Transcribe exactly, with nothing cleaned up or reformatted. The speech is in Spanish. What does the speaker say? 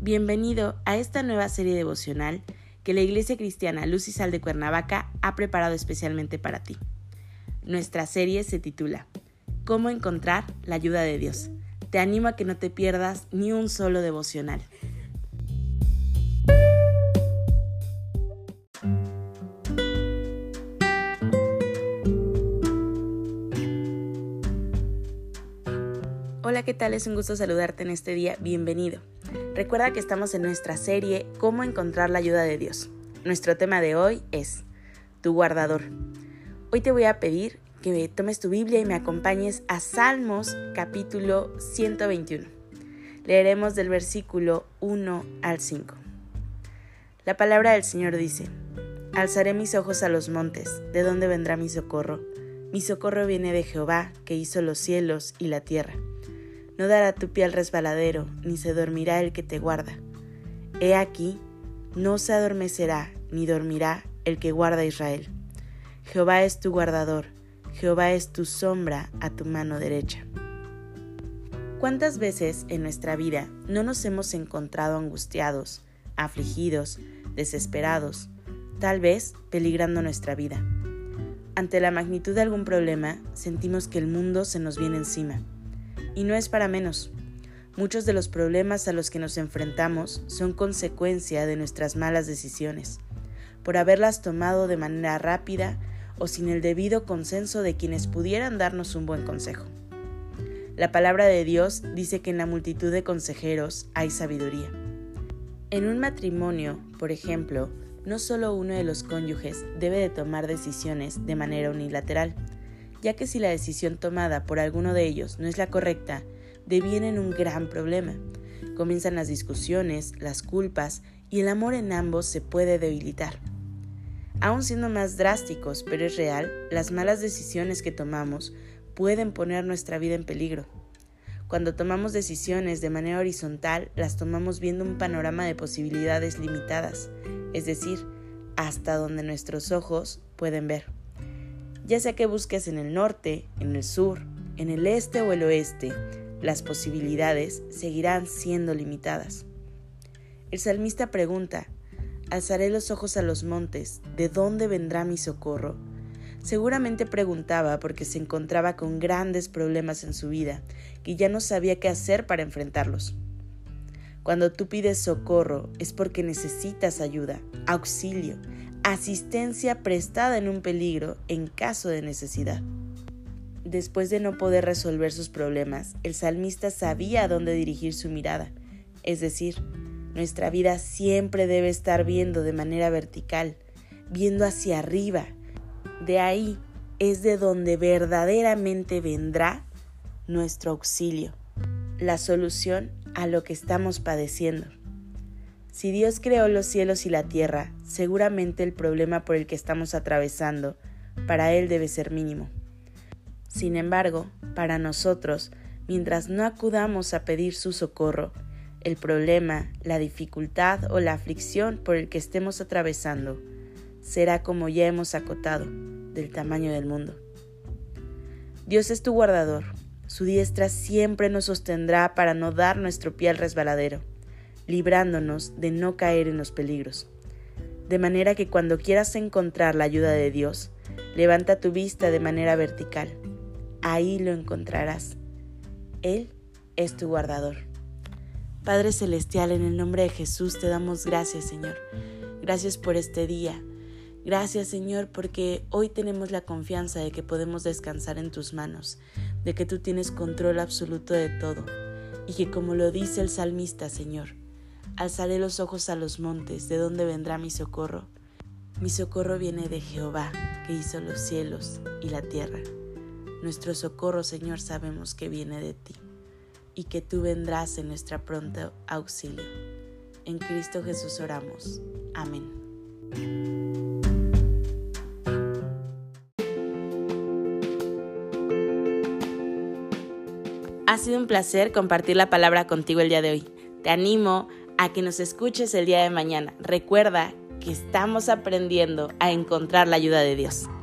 Bienvenido a esta nueva serie devocional que la Iglesia Cristiana Luz y Sal de Cuernavaca ha preparado especialmente para ti. Nuestra serie se titula ¿Cómo encontrar la ayuda de Dios? Te animo a que no te pierdas ni un solo devocional. Hola, ¿qué tal? Es un gusto saludarte en este día. Bienvenido. Recuerda que estamos en nuestra serie ¿Cómo encontrar la ayuda de Dios? Nuestro tema de hoy es tu guardador. Hoy te voy a pedir que tomes tu Biblia y me acompañes a Salmos capítulo ciento veintiuno. Leeremos del versículo uno al cinco. La palabra del Señor dice: Alzaré mis ojos a los montes, ¿de dónde vendrá mi socorro? Mi socorro viene de Jehová, que hizo los cielos y la tierra. No dará tu pie al resbaladero, ni se dormirá el que te guarda. He aquí, no se adormecerá, ni dormirá el que guarda a Israel. Jehová es tu guardador, Jehová es tu sombra a tu mano derecha. ¿Cuántas veces en nuestra vida no nos hemos encontrado angustiados, afligidos, desesperados, tal vez peligrando nuestra vida? Ante la magnitud de algún problema, sentimos que el mundo se nos viene encima. Y no es para menos. Muchos de los problemas a los que nos enfrentamos son consecuencia de nuestras malas decisiones, por haberlas tomado de manera rápida o sin el debido consenso de quienes pudieran darnos un buen consejo. La palabra de Dios dice que en la multitud de consejeros hay sabiduría. En un matrimonio, por ejemplo, no solo uno de los cónyuges debe de tomar decisiones de manera unilateral, ya que si la decisión tomada por alguno de ellos no es la correcta, deviene en un gran problema. Comienzan las discusiones, las culpas y el amor en ambos se puede debilitar. Aún siendo más drásticos, pero es real, las malas decisiones que tomamos pueden poner nuestra vida en peligro. Cuando tomamos decisiones de manera horizontal, las tomamos viendo un panorama de posibilidades limitadas, es decir, hasta donde nuestros ojos pueden ver. Ya sea que busques en el norte, en el sur, en el este o el oeste, las posibilidades seguirán siendo limitadas. El salmista pregunta: Alzaré los ojos a los montes, ¿de dónde vendrá mi socorro? Seguramente preguntaba porque se encontraba con grandes problemas en su vida, que ya no sabía qué hacer para enfrentarlos. Cuando tú pides socorro es porque necesitas ayuda, auxilio, asistencia prestada en un peligro en caso de necesidad. Después de no poder resolver sus problemas, el salmista sabía a dónde dirigir su mirada, es decir, nuestra vida siempre debe estar viendo de manera vertical, viendo hacia arriba. De ahí es de donde verdaderamente vendrá nuestro auxilio, la solución a lo que estamos padeciendo. Si Dios creó los cielos y la tierra, seguramente el problema por el que estamos atravesando, para Él debe ser mínimo. Sin embargo, para nosotros, mientras no acudamos a pedir su socorro, el problema, la dificultad o la aflicción por el que estemos atravesando será, como ya hemos acotado, del tamaño del mundo. Dios es tu guardador. Su diestra siempre nos sostendrá para no dar nuestro pie al resbaladero, librándonos de no caer en los peligros. De manera que cuando quieras encontrar la ayuda de Dios, levanta tu vista de manera vertical. Ahí lo encontrarás. Él es tu guardador. Padre Celestial, en el nombre de Jesús te damos gracias, Señor. Gracias por este día. Gracias, Señor, porque hoy tenemos la confianza de que podemos descansar en tus manos, de que tú tienes control absoluto de todo, y que, como lo dice el salmista, Señor, alzaré los ojos a los montes, ¿de dónde vendrá mi socorro? Mi socorro viene de Jehová, que hizo los cielos y la tierra. Nuestro socorro, Señor, sabemos que viene de ti, y que tú vendrás en nuestra pronto auxilio. En Cristo Jesús oramos. Amén. Ha sido un placer compartir la palabra contigo el día de hoy. Te animo a que nos escuches el día de mañana. Recuerda que estamos aprendiendo a encontrar la ayuda de Dios.